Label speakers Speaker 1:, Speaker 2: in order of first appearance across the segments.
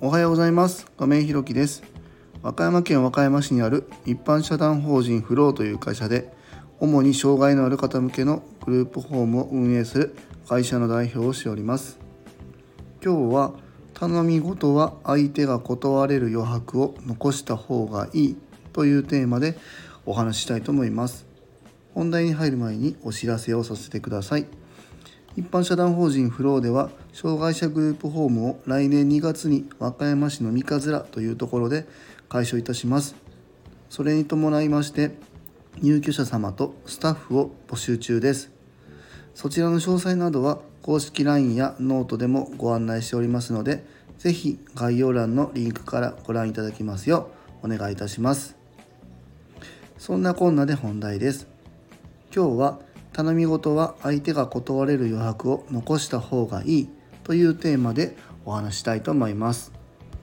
Speaker 1: おはようございます。亀井ひろきです。和歌山県和歌山市にある一般社団法人フローという会社で、主に障害のある方向けのグループホームを運営する会社の代表をしております。今日は頼み事は相手が断れる余白を残した方がいいというテーマでお話ししたいと思います。本題に入る前にお知らせをさせてください。一般社団法人フローでは、障害者グループホームを来年2月に和歌山市の三日面というところで開所いたします。それに伴いまして入居者様とスタッフを募集中です。そちらの詳細などは公式 LINE やノートでもご案内しておりますので、ぜひ概要欄のリンクからご覧いただきますようお願いいたします。そんなこんなで本題です。今日は頼み事は相手が断れる余白を残した方がいいというテーマでお話したいと思います。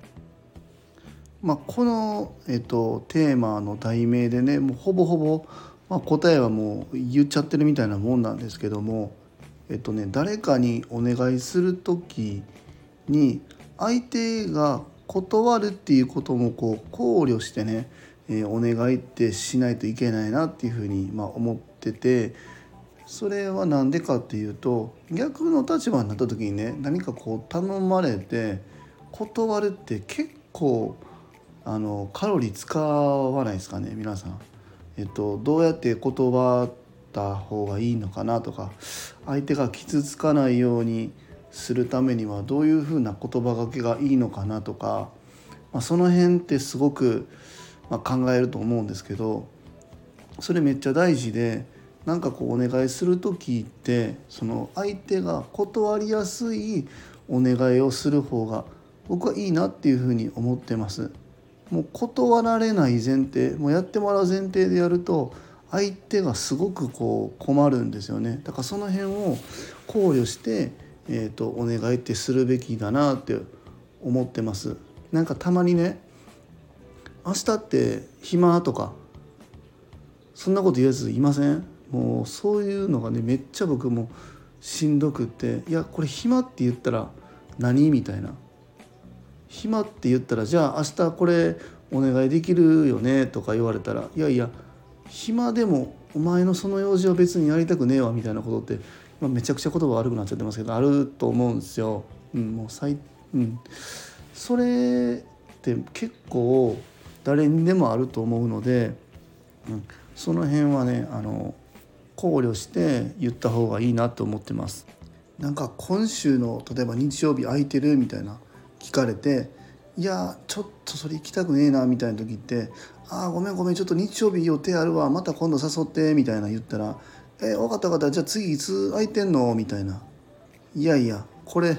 Speaker 1: この、テーマの題名でね、もうほぼほぼ、答えはもう言っちゃってるみたいなもんなんですけども、誰かにお願いするときに相手が断るっていうことも考慮してね、お願いってしないといけないなっていうふうに思ってて、それは何でかっていうと、逆の立場になった時にね、何か頼まれて断るって結構カロリー使わないですかね皆さん。どうやって断った方がいいのかなとか、相手が傷つかないようにするためにはどういうふうな言葉がけがいいのかなとか、その辺ってすごく考えると思うんですけど、それめっちゃ大事で、なんかお願いする時って、その相手が断りやすいお願いをする方が僕はいいなっていうふうに思ってます。もう断られない前提、もうやってもらう前提でやると相手がすごく困るんですよね。だからその辺を考慮して、お願いってするべきだなって思ってます。なんかたまにね、明日って暇とかそんなこと言うやついません？もうそういうのがね、めっちゃ僕もしんどくって、いやこれ暇って言ったら何みたいな、暇って言ったらじゃあ明日これお願いできるよねとか言われたら、いやいや暇でもお前のその用事は別にやりたくねえわみたいなことって、めちゃくちゃ言葉悪くなっちゃってますけどあると思うんですよ。もうそれって結構誰にでもあると思うので、その辺はね考慮して言った方がいいなと思ってます。なんか今週の例えば日曜日空いてるみたいな聞かれて、いやちょっとそれ行きたくねえなみたいな時って、ごめんごめんちょっと日曜日予定あるわ、また今度誘ってみたいな言ったら、分かった分かった、じゃあ次いつ空いてんのみたいな、いやいやこれ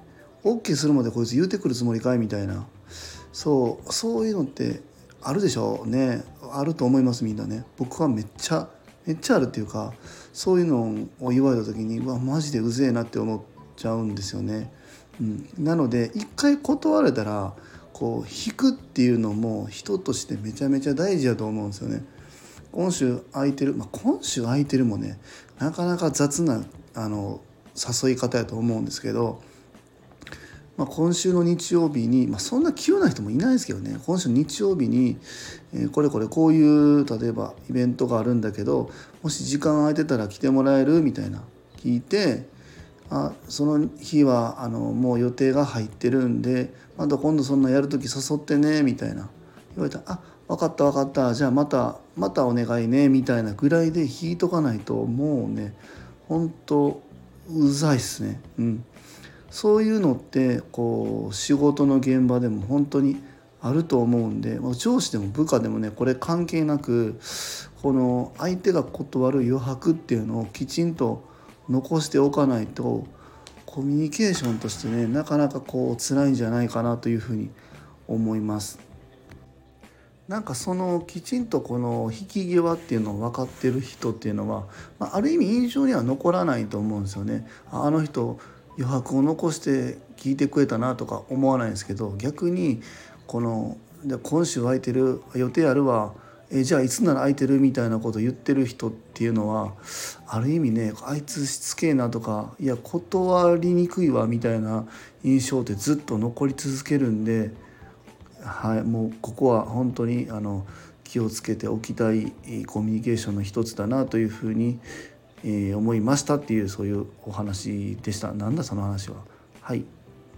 Speaker 1: OK するまでこいつ言うてくるつもりかいみたいな、そういうのってあるでしょうね。あると思いますみんなね。僕はめっちゃあるっていうか、そういうのを言われた時にマジでうぜえなって思っちゃうんですよね。なので一回断られたら引くっていうのも人としてめちゃめちゃ大事だと思うんですよね。今週空いてる、今週空いてるもね、なかなか雑な誘い方やと思うんですけど、今週の日曜日に、そんな急な人もいないですけどね、今週の日曜日に、これこういう例えばイベントがあるんだけど、もし時間空いてたら来てもらえるみたいな聞いて、その日はもう予定が入ってるんで、また今度そんなやるとき誘ってねみたいな言われたら、分かったじゃあまたお願いねみたいなぐらいで引いとかないと、もうねほんとうざいっすね。そういうのって仕事の現場でも本当にあると思うんで、上司でも部下でもね、これ関係なくこの相手が断る余白っていうのをきちんと残しておかないと、コミュニケーションとしてねなかなか辛いんじゃないかなというふうに思います。なんかきちんとこの引き際っていうのを分かってる人っていうのは、ある意味印象には残らないと思うんですよね。あの人余白を残して聞いてくれたなとか思わないんですけど、逆に今週空いてる予定あるわ、 じゃあいつなら空いてるみたいなことを言ってる人っていうのはある意味ね、あいつしつけえなとか、いや断りにくいわみたいな印象ってずっと残り続けるんで、はい、もうここは本当に気をつけておきたいコミュニケーションの一つだなというふうに、思いましたっていう、そういうお話でした。なんだその話は。はい、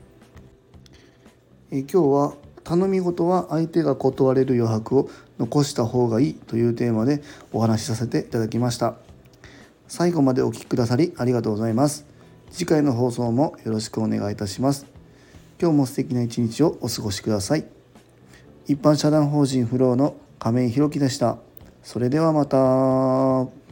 Speaker 1: 今日は頼み事は相手が断れる余白を残した方がいいというテーマでお話しさせていただきました。最後までお聞きくださりありがとうございます。次回の放送もよろしくお願いいたします。今日も素敵な一日をお過ごしください。一般社団法人フローの亀井宏樹でした。それではまた。